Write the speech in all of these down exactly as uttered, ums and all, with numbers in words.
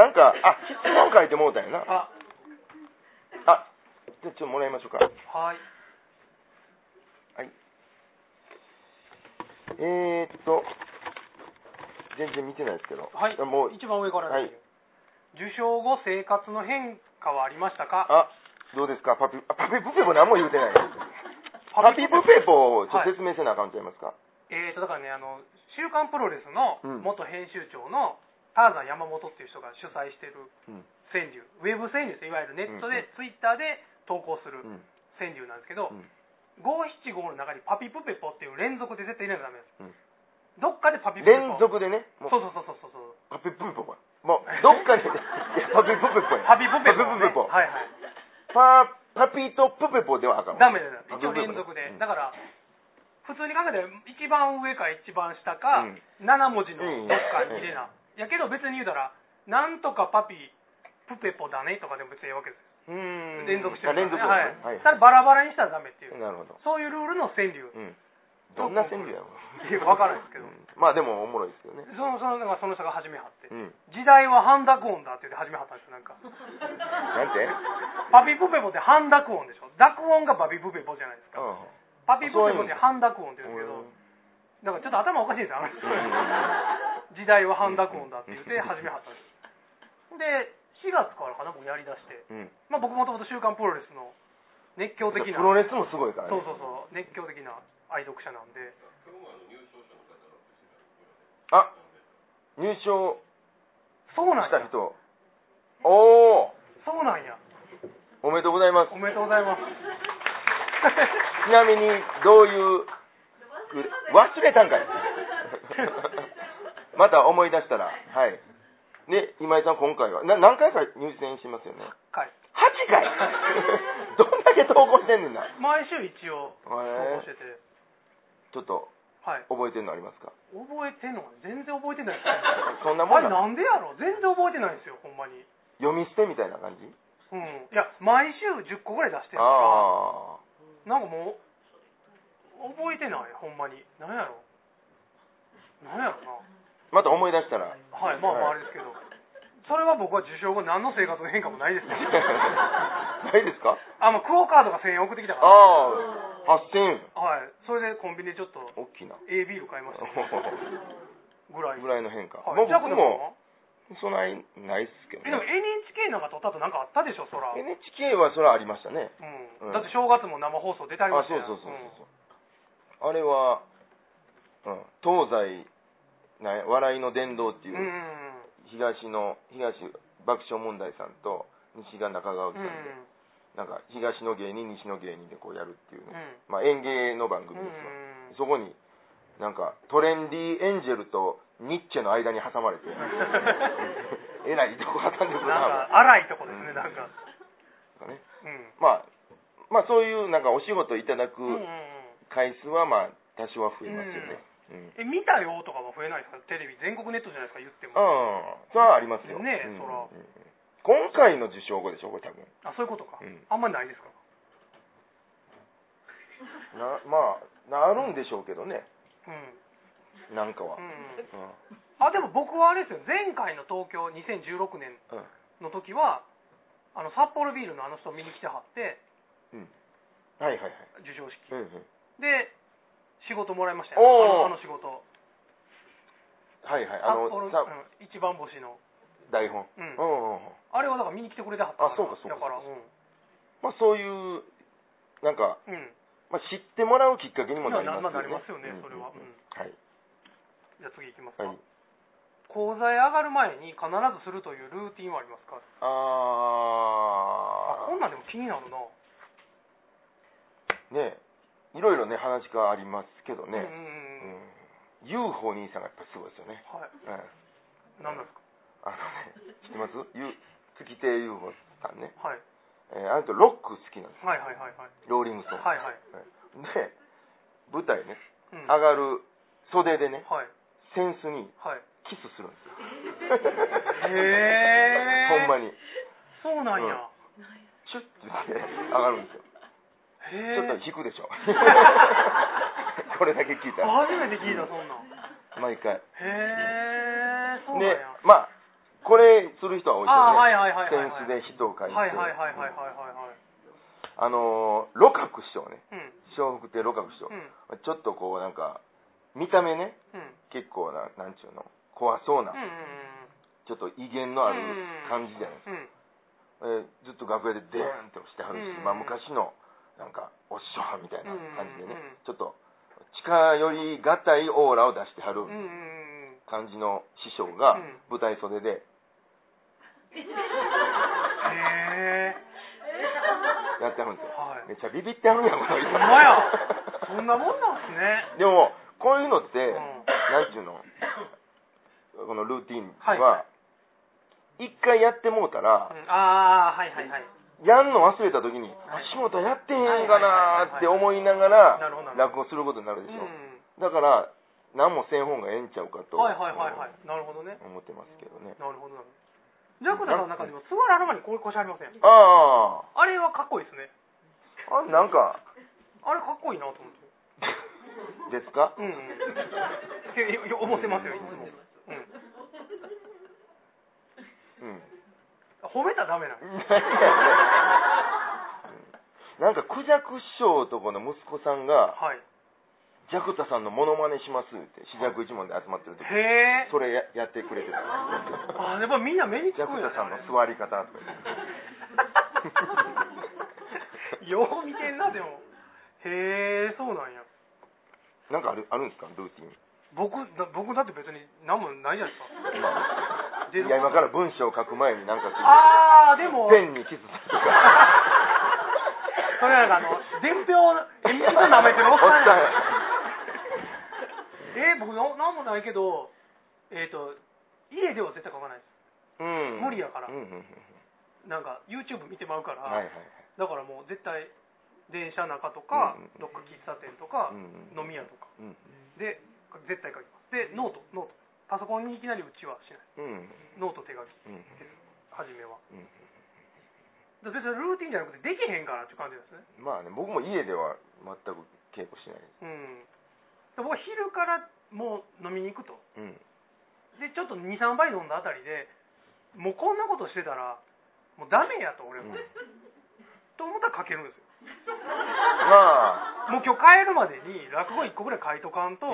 なんか、あ、質問書いてもうたんやな。 あ、 あ、じゃあちょっともらいましょうか。 はい。 はい。えーっと、全然見てないですけど。 はい。 もう一番上からです、 はい。 受賞後生活の変化はありましたか？ あ、どうですか、パピ、パピプペポ何も言うてない。パピプペポをちょっと説明せなあかんと言いますか。 はい、えーと、だからね、あの、週刊プロレスのうん元編集長のターザン山本っていう人が主催しているうん川柳、ウェブ川柳です。いわゆるネットで、 うんツイッターで投稿するうん川柳なんですけど、 うん五七五の中にパピプペポっていう連続で絶対入れないとダメです。 うんどっかでパピプペポ。 連続でね。もうそうそうそうそうそう。 パピプペポ。もう、どっかに、いやパピプペポや。 パピプペポ、ね。 パピプペポ。 はいはい。 パ、パピとプペポではあかん。 ダメです。一応連続で。 うん、 だから、普通に考えて一番上か一番下か、 うん、 なな文字のどっかに入れな。やけど別に言うたら、なんとかパピ、プペポだねとかでも別にいいわけです。 うーん連続してるから、ね。 連続、 はい。 はい。 ただバラバラにしたらダメっていう。 なるほど。 そういうルールの川柳。 うん。どんな川柳やろうわからないですけど、うん。 まあでもおもろいですけどね。 その、その、その人が始めはって。 うん、 時代は半濁音だって言って始めはったんですよ、なんか。 なんてパピプペポって半濁音でしょ。濁音がパピプペポじゃないですか。 うん、 パピプペポって半濁音って言うんですけど、 うんだからちょっと頭おかしいんですよ、あの人。時代は半濁音だって言って始めはったんです。で、しがつからかな、僕やりだして。うん、まあ僕もともと週刊プロレスの熱狂的な。 プロレスもすごいからね。 そうそうそう、熱狂的な愛読者なんで。 あ、入賞そうなんや。 した人。おお。 そうなんや。 おめでとうございます。 おめでとうございます。 ちなみに、どういう、忘れたんかい。また思い出したら、はい。で、今井さん今回は、な何回か入選してますよね。 はちかい。 はちかいどんだけ投稿してんねんな。 毎週一応投稿してて。 ちょっと、はい、覚えてるのありますか？ 覚えてんの全然覚えてないですね。 そんなもんなあれなんでやろ全然覚えてないんですよ、ほんまに。 読み捨てみたいな感じ？ うん。いや、毎週じゅっこぐらい出してるから、なんかもう、覚えてない、ほんまに。なんやろなんやろな。 また思い出したら。 はい、まあまああれですけど。それは僕は受賞後何の生活の変化もないですね。 ないですか？ あ、もうクオカードがせんえん送ってきたから。 ああ、はっせんえん。 はい。それでコンビニでちょっと、 大きな。 A ビール買いました、ね。ぐらい。 ぐらいの変化。 はい、 僕も、そない、ないっすけどね。 でも エヌエイチケー なんか撮った後なんかあったでしょ、そら。 エヌエイチケー はそらありましたね。 うん。うん、だって正月も生放送出たりましたよ。 あ、そうそうそうそう、うん。あれは、うん、東西、な笑いの殿堂っていう、うん、東の、東爆笑問題さんと西が中川さんで、うん、なんか東の芸人、西の芸人でこうやるっていうね、うん、まあ演芸の番組ですよ、うん、そこになんかトレンディエンジェルとニッチェの間に挟まれてえらいとこ挟んでくるな。 なんか荒いとこですね、うん、なんか、 ね、 うん、 まあまあそういうなんかお仕事いただく回数はまあ多少は増えますよね、 うん、え見たよとかは増えないですか？テレビ全国ネットじゃないですか、言っても。 ああ、それはありますよねえ、うん、そら、うん、 今回の受賞後でしょ、これ多分。 あ、そういうことか、うん、あんまりないですか？ なまあなるんでしょうけどね、うん、なんかは、うんうん、あ、でも僕はあれですよ、前回の東京にせんじゅうろくねんの時は、あの札幌ビールのあの人見に来てはって、 うん、はいはいはい、 授賞式、 うんうん、 で仕事もらいましたよ、あの、あの仕事。 はいはい、あの、 さ、うん、一番星の台本。うん。うんうん、 あれはだから見に来てくれてはったから。 あ、そうかそうか。 だから、うん、 まあそういう、なんか、うん、まあ知ってもらうきっかけにもなりますよね。 まあなりますよね、それは。うん。 はい。 じゃあ次行きますか。 はい。 講座へ上がる前に必ずするというルーティンはありますか？ ああ、こんなんでも気になるな。 ねえ。いろいろね話がありますけどね、 うんうんうんうん、ユーフォー 兄さんがやっぱすごいですよね。 はい。うん、何ですか？ あのね、知ってます？ゆ月亭 ユーフォー さんね。 はい。 えー、あの人ロック好きなんですよ。 はいはいはいはい。 ローリングストーン。 はいはい。 で、舞台ね、うん、上がる袖でね、 はい、 センスにキスするんですよ。へー。ほんまに。 そうなんや。 うん、シュッてして上がるんですよ。ちょっと引くでしょ。これだけ聞いたら。 初めて聞いた、そんなん。 毎回。 へー、そうなんや。 で、まあ、 これする人は多いですよね。 あはいはいはいはいはい、 扇子で人を描いて、 はいはいはいはいはいはいはい、 あのー、露覚師匠ね、 うん、 笑福亭露覚師匠、 うん、 ちょっとこうなんか見た目ね、 うん、 結構な、なんちゅうの、怖そうな、 うんうんうん、 ちょっと威厳のある感じじゃないですか、 うん、 えーずっと楽屋でデーンとしてはるし、 うん、 まあ、昔のなんかお師匠みたいな感じでね、 うん、 ちょっと近寄りがたいオーラを出してはるうんうん、 感じの師匠が舞台袖で、 へえやってはるんですよ、 はい、 めっちゃビビってはるやん、この人。 ほんまや、そんなもんなんすね。 でもこういうのって、 うん、 なんちゅうの、このルーティンはは一回やってもうたら、 うん、ああはいはいはい、 やんの忘れた時に、 はい、 足元やってへんかなーって思いながら落語することになるでしょ、 うん、 だから何もせん方がええんちゃうかとはいはいはいはい、なるほどね、 思ってますけどね。 なるほどなるほど。ジャクダさんの中でも座る頭にこういう腰ありません？ あああれはかっこいいですね。 あれなんかあれかっこいいなと思って。 ですか？ うんうん。って思ってますよいつも。うん。 うん。 褒めたらダメなん。 なんかクジャク師匠とこの息子さんが、 はい。 ジャクタさんのモノマネしますって四尺一門で集まってる時、 へえ。 それ や, やってくれてた。 あやっぱみんな目につくジャクんやタさんの座り方とか言って。よう見てんなでも。へえそうなんや。 なんかあるあるんですかルーティン？ 僕だ僕だって別に何もないじゃないですか。 まあ、いや今から文章を書く前に何かする。 ああでもペンにキスするとか。 それなんかあの伝票鉛筆を舐めてるおっさんや。えー、僕ななんもないけど、えっ、ー、と家では絶対書かないです。 うん、 無理やから、 うんうんうん、 なんか YouTube 見てまうから、 はいはいはい、 だからもう絶対電車中とか、 うんうん、 どっか喫茶店とか、 うんうん、 飲み屋とか、 うん、 で絶対書きます。でノートノートパソコンにいきなり打ちはしない、 うん、 ノート手書き、 うん、 初めは、うん、 だ別にルーティンじゃなくてできへんからっていう感じですね。 まあね、僕も家では全く稽古しないです。 うん。で僕は昼からもう飲みに行くと、うん、でちょっと にさんばい飲んだあたりでもうこんなことしてたらもうダメやと俺も、うん、と思ったら書けるんですよ。まあもう今日帰るまでに落語いっこぐらい書いとかんと、うんうん、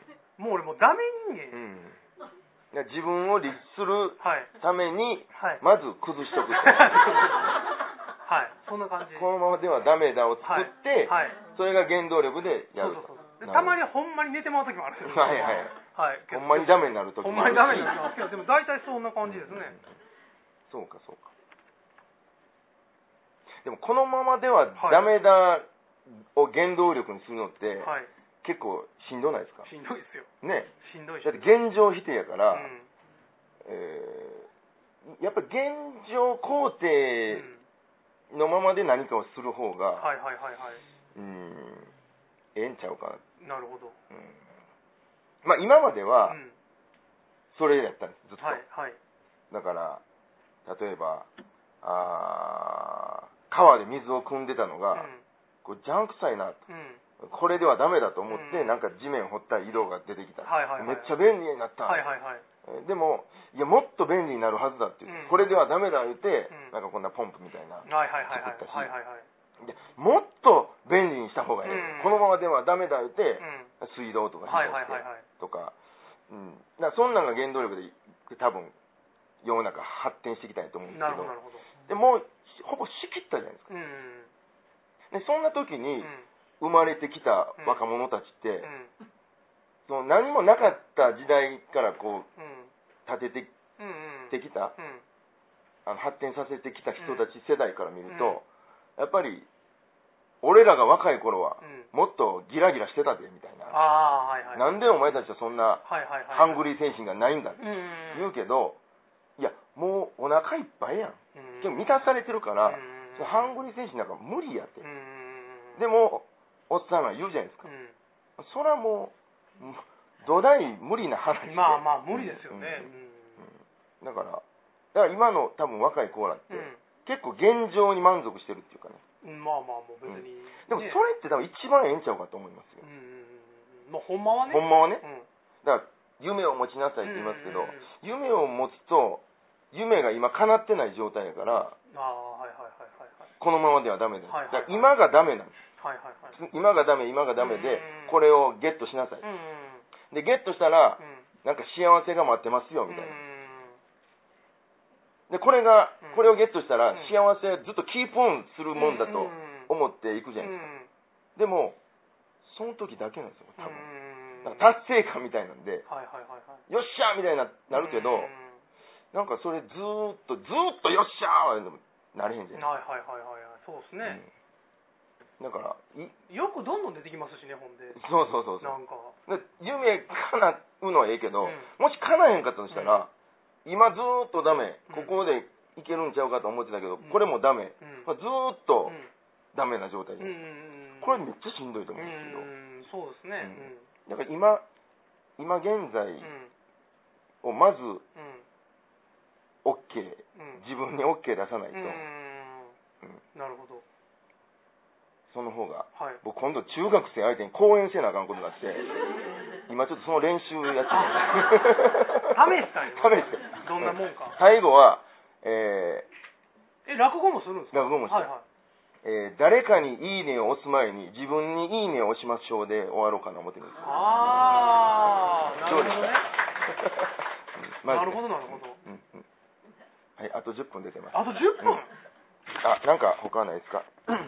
もう俺もうダメ人間、 うん、自分を律するために、はい、まず崩しとくはい、そんな感じ。 このままではダメだを作って、はいはい、それが原動力でやると。 そうそうそうでたまにほんまに寝てまう時もあるんですよ。 はいはいはい。ほんまにダメになる時もある。 ほんまにダメになりますけど、でも大体そんな感じですね。うん、 そうかそうか。でもこのままではダメだを原動力にするのって、はい、結構しんどないですか？ しんどいですよ。 ね。 しんどいし。 だって現状否定やから、うん、えー、やっぱり現状肯定のままで何かをする方が、 はいはいはいはい。 うん、ええんちゃうかな。なるほど。 うん、まあ今まではそれやったんですずっと。はいはい。だから例えばあ川で水を汲んでたのが、うん、こう邪悪臭いなと、うん、これではダメだと思って、うん、なんか地面を掘ったら色が出てきた、はいはいはい、めっちゃ便利になった、はいはいはい、でもいやもっと便利になるはずだっていう、うん、これではダメだ言って、うん、なんかこんなポンプみたいな作ったし、でもっと便利にした方がいい、うん、このままではダメだ言って、うん、水道とか引いてとか、うん、だからそんなんが原動力で多分世の中発展してきたいと思うんですけど、なるほどでもうほぼ仕切ったじゃないですか、うん、でそんな時に生まれてきた若者たちって、うん、その何もなかった時代からこう立てて、うん、てきた、うん、あの発展させてきた人たち世代から見ると、うん、やっぱり俺らが若い頃はもっとギラギラしてたでみたいな、あ、はいはい、なんでお前たちはそんなハングリー精神がないんだって言うけど、いやもうお腹いっぱいやん、でも満たされてるから、そのハングリー精神なんか無理やって、でもおっさんが言うじゃないですか、それはもう土台無理な話で、まあまあ無理ですよね、うんうん、だからだから今の多分若い子らって、うん、結構現状に満足してるっていうかね、まあまあもう別に、うん、でもそれって多分一番ええんちゃうかと思いますよ、うん、まあほんまはねほんまはね、うん、だから夢を持ちなさいって言いますけど、夢を持つと夢が今叶ってない状態やから、 ああ、はいはいはいはい。 このままではダメだよ。 はいはいはい、 だから今がダメなんです。 はいはいはい。 今がダメ、今がダメで、これをゲットしなさい。 うんうん、 で、ゲットしたら、 うん、 なんか幸せが待ってますよ、みたいな。で、これが、これをゲットしたら、幸せずっとキープオンするもんだと思っていくじゃないですか。でも、その時だけなんですよ、多分。なんか達成感みたいなんで、 はいはいはいはい、 よっしゃーみたいになるけど、なんかそれずーっと、ずーっとよっしゃーはなれへんじゃないですか。 はいはいはいはい、そうですね。 うん、だからよくどんどん出てきますしね、ほんで。 そうそうそうそう。 なんか夢叶うのはええけど、うん、もし叶えへんかったとしたら、うん、今ずーっとダメ、ここでいけるんちゃうかと思ってたけど、うん、これもダメ、うんまあ、ずーっとダメな状態で、うん、これめっちゃしんどいと思うんですけど、うん、 そうですね、 うん、だから今今現在をまず、うん、OK、うん、自分に OK 出さないと、うんうん、なるほど。 その方が、 はい、 僕今度中学生相手に講演せなあかんことになって今ちょっとその練習やってます試したい試してどんなもんか。 最後はえー、え落語もするんですか。 落語もして、はいはいえー、誰かにいいねを押す前に自分にいいねを押しましょうで終わろうかな思ってるんです。 ああなるほどねなるほどなるほど、うんうん、 はい、あとじゅっぷん出てます。 あとじゅっぷん、うん、 あ、なんか他ないですか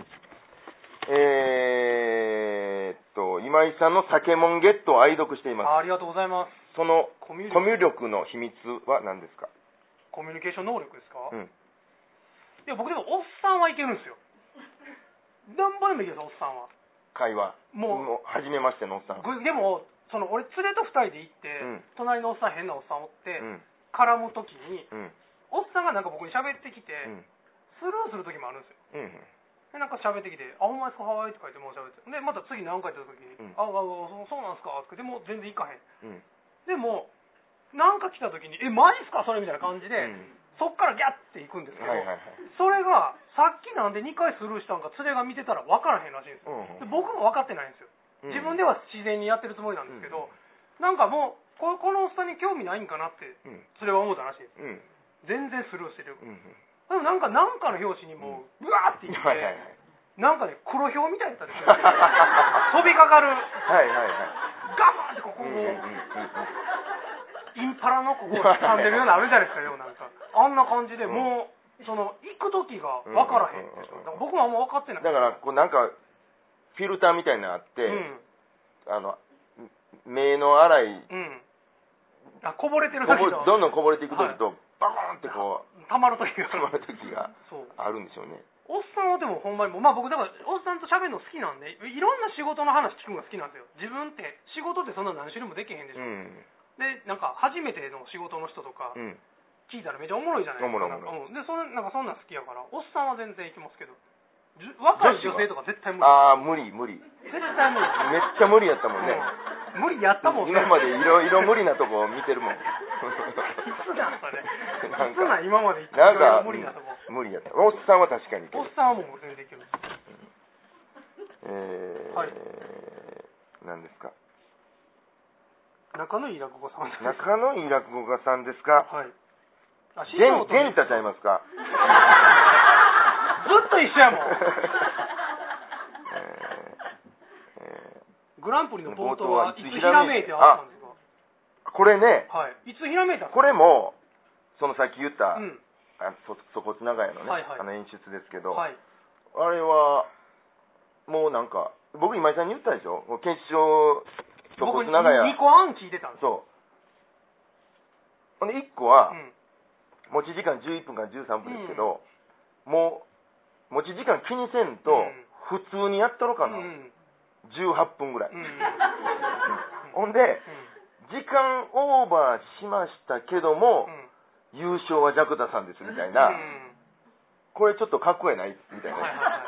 えーっと今井さんの酒もんゲットを愛読しています。 あ, ありがとうございます。 そのコミュ力の秘密は何ですか。 コミュニケーション能力ですか。うん、 いや僕でもおっさんはいけるんですよ。何倍でもいけるんですおっさんは。 会話もうもう初めましてのおっさんでもその俺連れとふたりで行って、うん、隣のおっさん変なおっさんおって、うん、絡む時に、うん、おっさんがなんか僕に喋ってきて、うん、スルーする時もあるんですよ、うんでなんか喋ってきて、あ、ほんまですか、ハワイって書いてもう喋って、で、また次何回言った時に、うん、あ、あ、そうなんすかって、でも全然行かへん。うん、でも、なんか来た時に、え、マジっすかそれみたいな感じで、うん、そっからギャッて行くんですけど、はいはいはい、それが、さっきなんでにかいスルーしたんか、連れが見てたら分からへんらしいんですよ。うん、で僕も分かってないんですよ。自分では自然にやってるつもりなんですけど、うん、なんかもうこ、このおっさんに興味ないんかなって、連れは思ったらしいんですよ。うん、全然スルーしてる。うん、でもなんか、なんかの表紙にもう、うわーって言って、はいはいはいなんかね、黒ひょうみたいだったんですよ。飛びかかる。はいはいはい。ガバーンってここを、うんうんうんうん、インパラのここを掴んでるようなあるじゃないですか、よなんか。あんな感じで、もう、その、行く時が分からへんっていう人。僕もあんま分かってない。 だから、こうなんか、フィルターみたいなのあって、うん、あの、目の洗い、うん、 あ、こぼれてる時とどんどんこぼれていく時と、はい、バコーンってこう、 たまる時がたまる時があるんでしょうね。 おっさんはでもほんまにもう、まあ僕だからおっさんと喋るの好きなんで、いろんな仕事の話聞くのが好きなんですよ。自分って仕事ってそんな何種類もできへんでしょ、うん、でなんか初めての仕事の人とか聞いたらめっちゃおもろいじゃないですか、うん、なんか、うん、でそれなんかそんなん好きやからおっさんは全然行きますけど、若い女性とか絶対無理。 ああ無理無理絶対無理。 めっちゃ無理やったもんね、 うん、無理やったもんね。 今までいろいろ無理なとこ見てるもん。いつだったね。いつな今まで行ったら無理なとこ。 無理やった。おっさんは確かに。 おっさんはもう全然できる。 えー、はい。何ですか。 仲のいい落語家さんですか。 仲のいい落語家さんですか。 はい。あ、 ゲンゲンタちゃいますか。 ずっと一緒やもん。グランプリの冒頭はいつひらめいてあったんですか。 これね、 はい、いつひらめいたんですか。 これもそのさっき言った、うん、あそそこつながやのね、はいはい、あの演出ですけど、はい、あれはもうなんか僕今井さんに言ったでしょ、決勝そこつながやにこ案聞いてたんです。 そうほんでいっこは、うん、持ち時間じゅういっぷんからじゅうさんぷんですけど、うん、もう持ち時間気にせんと、うん、普通にやったろかな、うんじゅうはっぷんぐらい、うんうん、ほんで、うん、時間オーバーしましたけども、うん、優勝はジャクタさんですみたいな、うん、これちょっとかっこえないみたいな、はいはいはい、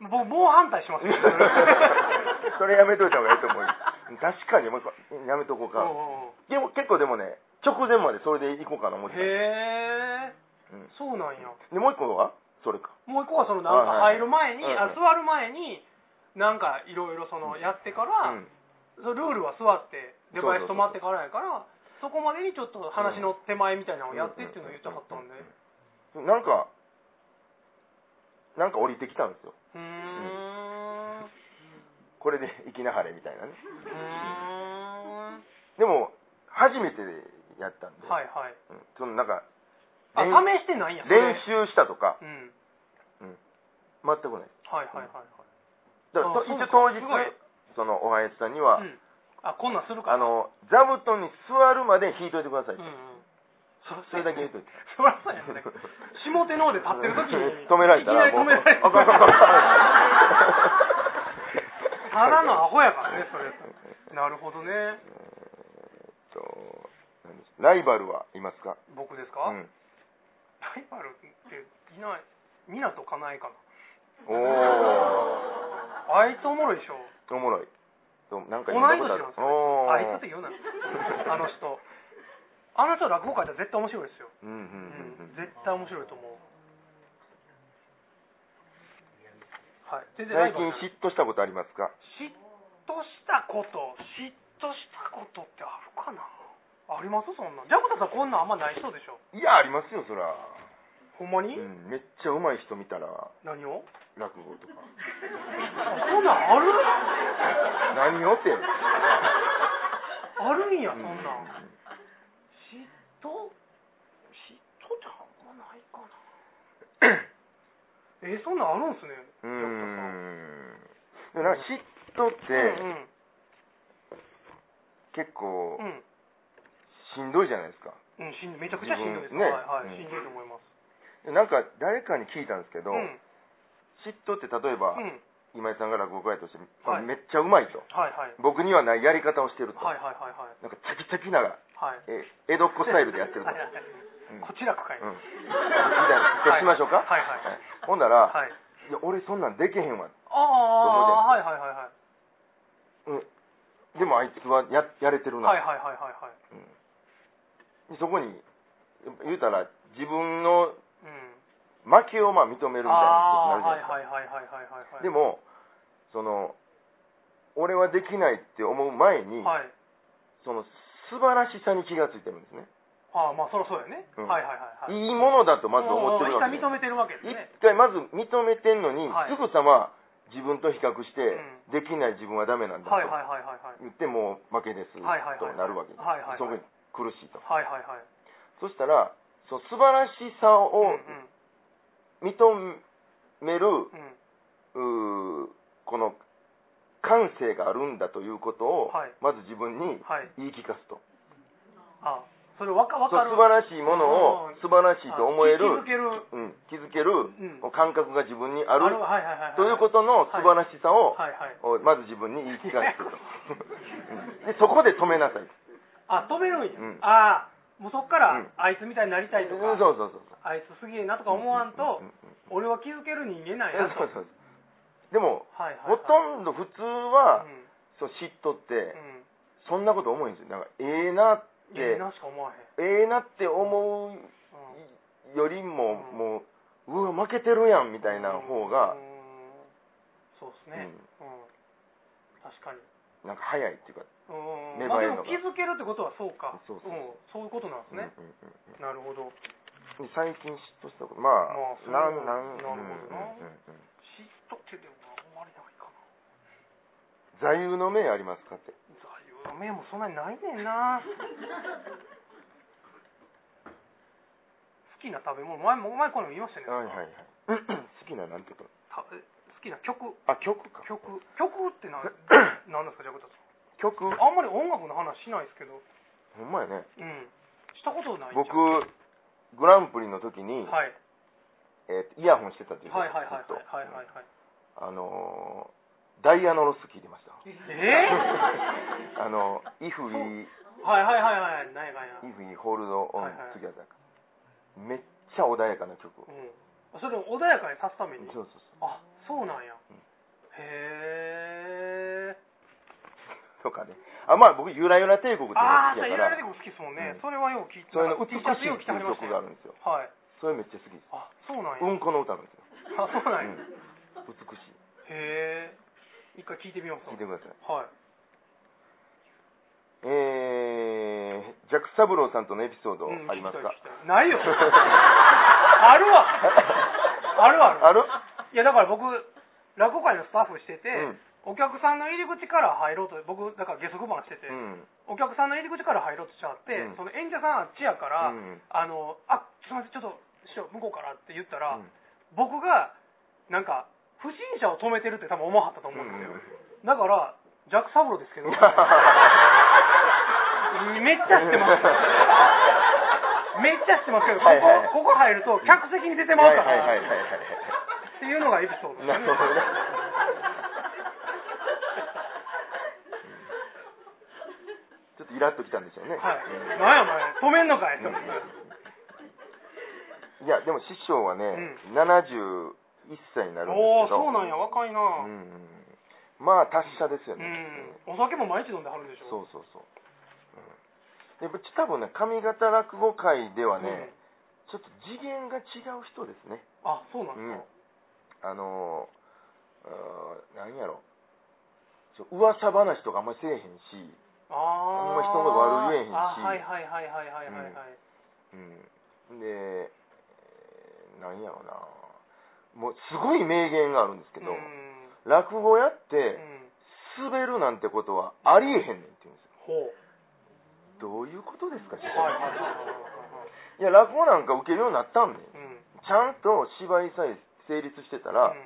僕猛反対しますよそれやめといた方がいいと思う。確かにもうやめとこうか。でも結構でもね直前までそれでいこうかな思ってた。へえ、うん、そうなんや。 でもう一個はそれか。 もう一個はそのなんか入る前に、あ、座る前になんかいろいろそのやってから、うん、そのルールは座ってデバイス止まってからやから、そそこまでにちょっと話の手前みたいなのをやってっていうのを言ってはったんで、 なんかなんか降りてきたんですよ。 うーん、 これで生きなはれみたいなね。 うーん、 でも初めてやったんで、 はいはい、 うん、そのなんかあ、試してないんや、 練習したとか、 うん、 うん、全くない。 はいはいはいはい。 だから一応当日そのおはやつさんには、うん、 あ、こんなんするから、 あの座布団に座るまで引いといてください、うんうん、それだけ言うといて。 そりゃそうやね。下手の方で立ってる時に止められたらもう、 止められたらただのアホやからね、それ。なるほどね。えー、とライバルはいますか？ 僕ですか？うん、ライバルっていない。港かなえかな。おお。あいつおもろいでしょ。 おもろい。なんか同い年なんですよ。あいつって言うな。あの人。あの人落語書いたら絶対面白いですよ。うんうんうんうん、絶対面白いと思う。はい。 最近嫉妬したことありますか？ 嫉妬したこと、嫉妬したことってあるかな？あります？そんな。ジャクタさんこんなんあんまない人でしょ？ いや、ありますよ、そら。 ほんまに？ うん、めっちゃ上手い人見たら。 何を？ 落語とか。 そんなんある？ 何をって。 あるんや、そんなん。嫉妬？嫉妬ってあんまないかな。えー、そんなんあるんすね。 うーん。でもなんか嫉妬って、うんうん、結構、うん、しんどいじゃないですか。 うん、しんめちゃくちゃしんどいですね。はいはい、うん、しんどいと思います。 なんか誰かに聞いたんですけど、うん、嫉妬って例えば、うん、今井さんが落語家として、はい、めっちゃうまいと、はいはい、僕にはないやり方をしてると、はいはいはいはい、なんかチャキチャキな、はい、え江戸っ子スタイルでやってると。はいはいはい、 うん、こちらかい、うん、 みたいな。じゃあしましょうか。はいはいはい、ほんなら、はい、いや俺そんなんできへんわ。 ああ、はいはいはいはい。 うん。でもあいつはややれてるな。 はいはいはいはいはい。 うん、そこに言うたら自分の負けをまあ認めるみたいなことになるじゃないですか。でもその俺はできないって思う前に、はい、その素晴らしさに気がついてるんですね。 ああ、まあそりゃそうやね、うん、はいはいはい、はい、 いいものだとまず思ってるわけです。 一回認めてるわけですね。 一回まず認めてんのに、はい、すぐさま自分と比較して、うん、できない自分はダメなんだと言ってもう負けですとなるわけです。そこに苦しいと。はいはいはい、そしたらその素晴らしさを認める、うんうん、この感性があるんだということを、はい、まず自分に言い聞かすと。 はい、あ、それわかわかる。 素晴らしいものを素晴らしいと思える、気づける、うん、気づける、うん、感覚が自分にあるということの素晴らしさを、はいはいはい、まず自分に言い聞かせると。でそこで止めなさい。 あ、止めるんや。うん、ああ、もうそっから、うん、あいつみたいになりたいとか、 うん、そうそうそうそう、 あいつすげえなとか思わんと、俺は気づける人間なんやと。 そうそうそう、でも、はいはいはい、ほとんど普通は、うん、そう嫉妬って、うん、そんなこと思うんですよ。なんかええなって、 ええなしか思わへん。 ええなって思うよりも、うん、もううわ負けてるやんみたいな方が、うん、 そうですね、うん、確かになんか早いっていうか、 芽生えるのが、まあ、でも気づけるってことはそうか、そうそう、うん、そういうことなんですね、うんうんうんうん、なるほど。 最近嫉妬したこと、まあ、まあ、なんなんなるほどな、うんうんうん、嫉妬ってでもあんまりないかな。 座右の銘ありますかって。 座右の銘もそんなにないねんな。好きな食べ物、前も前これも言いましたね。 はいはいはい。好きななんていうか。 好きな曲。 あ、曲か。 曲曲って何なんですか、ジャクタさん。 曲。 あんまり音楽の話しないですけど。 ほんまやね。 うん。したことない。 僕グランプリの時に、はい、えー、イヤホンしてたっていうか、 はいはいはいはいはいはい、 あのー、ダイアナロス聴いてました。 えー、あの If We はいはいはいはい、ないないない。 If We Hold On Together、めっちゃ穏やかな曲。うん、 それを穏やかにさすために。 そうそうそう。 あ、そうなんや。うん、へえ。 とかね。あ、まあ僕ゆらゆら帝国っていうのが好きやから。ああ、ゆらゆら帝国好きですもんね。うん、それはよく聞いて。 それの美しいっていう曲があるんですよ。はい。それめっちゃ好きです。 あ、そうなんや。 うんこの歌なんですよ。 あ、そうなんや。うん、 美しい。 へえ。一回聞いてみよう。 聞いてください。 はい。 えー、ジャクャック三郎さんとのエピソードありますか？ うん、ないよ。あるわ。あるある。 ある？ いやだから僕落語会のスタッフしてて、 うん、 お客さんの入り口から入ろうと、僕だから下足番してて、うん、お客さんの入り口から入ろうとしちゃって、うん、その演者さんあっちやから、うん、あのあすみませんちょっと師匠向こうからって言ったら、うん、僕がなんか不審者を止めてるって多分思わはったと思うんですよ。うん、だからジャック三郎ですけど。めっちゃ知ってます。めっちゃ知ってますけど、ここ、はいはいはい、ここ入ると客席に出てまうから、はいはいはいはい、っていうのがエピソードですね。なるほどね。 ちょっとイラッときたんでしょうね。 はい。なんやお前、止めんのかい。 いやでも師匠はね、うん、ななじゅういっさいになるんですけど。 おお、そうなんや、若いな。うん、 まあ達者ですよね。 うん。お酒も毎日飲んではるんでしょ。 そうそうそう。うん、で多分ね上方落語界ではね、うん、ちょっと次元が違う人ですね。 あ、そうなんですか。うん、あのー、何やろ。噂話とかあんまりせえへんし。あんま人のこと悪い言えへんし、 はいはいはいはいはいはいはい、 うん、で何やろな、もうすごい名言があるんですけど、うん、落語やって滑るなんてことはありえへんねんって言うんですよ。ほう、どういうことですか、はいはいはいはい、いや落語なんか受けるようになったんで、うん、ちゃんと芝居さえ成立してたら、うん、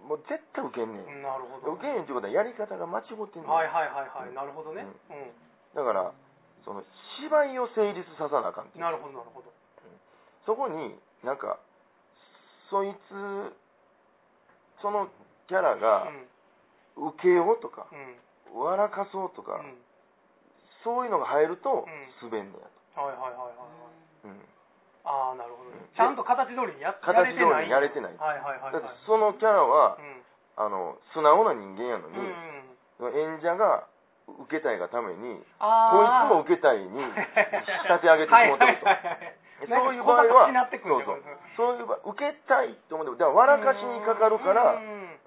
もう絶対受けんねん。 なるほど。 受けへんってことはやり方が間違ってんねん。 はいはいはいはい、なるほどね。うん。 だからその芝居を成立させなあかんっていう。 なるほどなるほど。 そこになんかそいつそのキャラが受けようとか、うん、笑かそうとか、うん、そういうのが入ると滑んねやと。 はいはいはいはい。うん。ああなるほどね。ちゃんと形通りにややれてない。 形通りにやれてない。 はいはいはい、はい。 だってそのキャラは、うん、あの素直な人間やのに、うん、演者が受けたいがために、こいつも受けたいに仕立て上げてしまうと。そういう場合は、そうそう、そういう場合、受けたいと思って、だから笑かしにかかるから、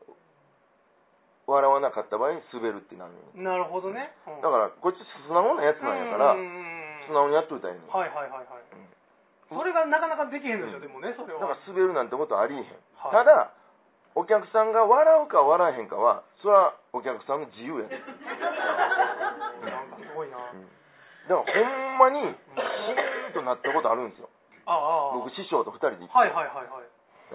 笑わなかった場合に滑るってなる。 なるほどね。 うん、だからこいつ素直なやつなんやから、素直にやっといたらいいの。 はいはいはいはい。うん、それがなかなかできへんのでしょ、うん、でもね、それは。 だから滑るなんてことはありえへん。はい、ただお客さんが笑うか笑えへんかは、それはお客さんの自由やで。 なんかすごいな。うん、 だからほんまにシーンとなったことあるんですよ。ああ、僕師匠と二人で行って、 はいはいはいはい、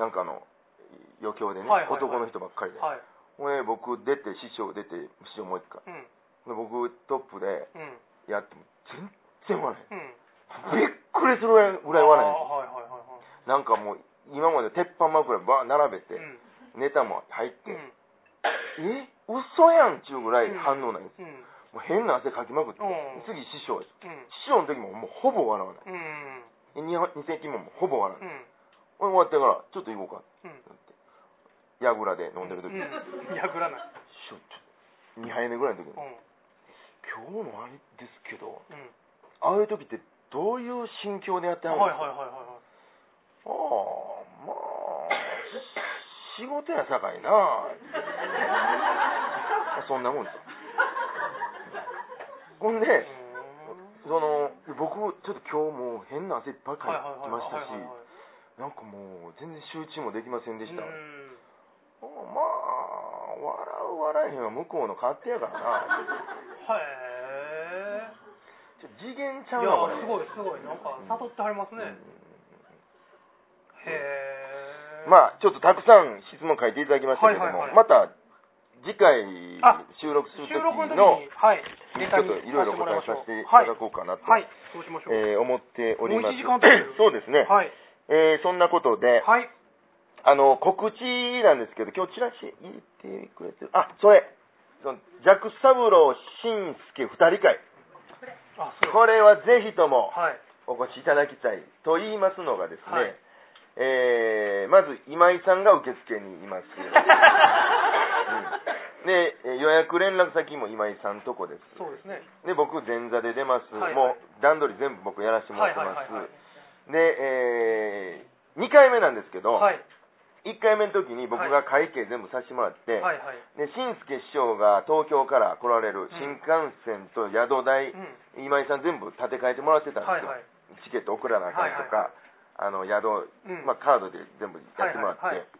なんかの余興でね、はいはいはい、男の人ばっかりで、はい、僕出て師匠出て師匠もう一回、うん、で僕トップでやっても全然笑えへん、うん、びっくりするぐらい笑えへん、はいはいはい、なんかもう今まで鉄板枕ば並べて、うん、ネタも入って、うん、え嘘やんちゅうぐらい反応ないんです、うんうん、もう変な汗かきまくって、うん、次師匠です、うん、師匠の時ももうほぼ笑わない、うん、に席もほぼ笑わない、うん、終わってからちょっと行こうかって、うん、やぐらで飲んでる時に、 うん、やぐらない師匠ちょにはいめぐらいの時に、うん、今日のあれですけど、うん、ああいう時ってどういう心境でやってはるんですか、はいはいはいはい、ああまあ仕事やさかいなそんなもんですよ。ほんでその僕ちょっと今日もう変な汗いっぱいかきましたし、なんかもう全然集中もできませんでした。まあ笑う笑えへんは向こうの勝手やからな。へえ。次元ちゃうなこれ。 いやすごいすごいなんか悟ってはりますね。うん、へえ。まあちょっとたくさん質問書いていただきましたけども、はいはいはい、また次回収録する時の、はい、ちょっといろいろ答えさせていただこうかなと、はいはい、そうしましょう、えー、思っております。 もういちじかん経ってる。 そうですね。はい、えー、そんなことで、はい、あの告知なんですけど、今日チラシ入れてくれてる。あ、それ、そのジャック三郎新助二人会。あ、そう。これはぜひともお越しいただきたいと言いますのがですね。はい、えー、まず今井さんが受付にいます。うん、で予約連絡先も今井さんとこです。 そうですね。 で僕前座で出ます、はいはい、もう段取り全部僕やらせてもらってます。はいはいはいはい、で、えー、にかいめなんですけど、はい、 いっかいめの時に僕が会計全部させてもらって、 はいはい、 で新助師匠が東京から来られる新幹線と宿代、うん、今井さん全部立て替えてもらってたんですよ、はいはい、チケット送らなあかんとか、はいはい、あの宿、うん、まあ、カードで全部やってもらって、はいはいはい、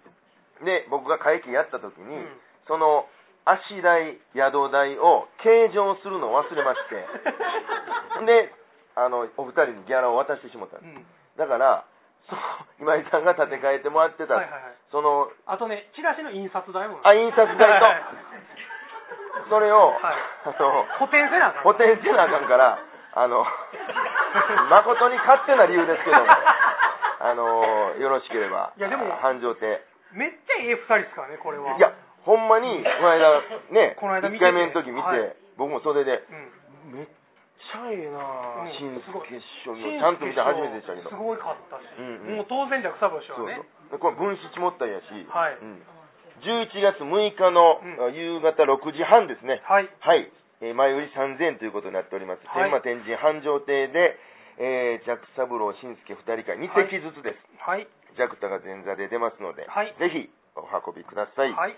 で僕が会計やった時に、うん、その足代宿代を計上するのを忘れましてであのお二人にギャラを渡してしまったんです、うん、だから今井さんが立て替えてもらってた、はいはいはい、そのあとねチラシの印刷代もあ印刷代とそれを、はい、あの補填せなあかん補填せなあかんからあの誠に勝手な理由ですけどもあのよろしければいやでも繁盛亭めっちゃええふたりですからねこれはいやほんまにこの間ねこの間見ていっかいめの時見て、はい、僕もそれで、 うん、 めっちゃええな、うん、新助師匠ちゃんと見た初めてでしたけどすごいかったし、 うんうん、 もう当然じゃ草星はねそうそうこれ分子もったいやし、 はいうん、じゅういちがつむいかの、うん、夕方ろくじはんですねはい、 はいえー、前売りさんぜんえんということになっております、はい、天満天神繁盛亭で、えー、ジャック三郎新助ふたり会にせきずつです、 はい、 ジャクタが前座で出ますので、 はい、 ぜひお運びください、 はい、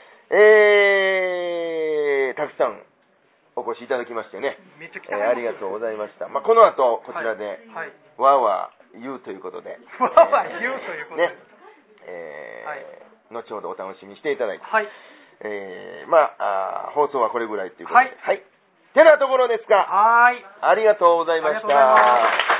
えー、たくさんお越しいただきましてね、 めっちゃ来えー、ありがとうございました。まあ、この後こちらで、はいはい、わーわー言うということで、 わーわー言うということで、 ねえーはい、後ほどお楽しみにしていただいて、 はい、 えー、まあ、あ放送はこれぐらいということで、はい、はい、てなところですか。 はい、 ありがとうございました。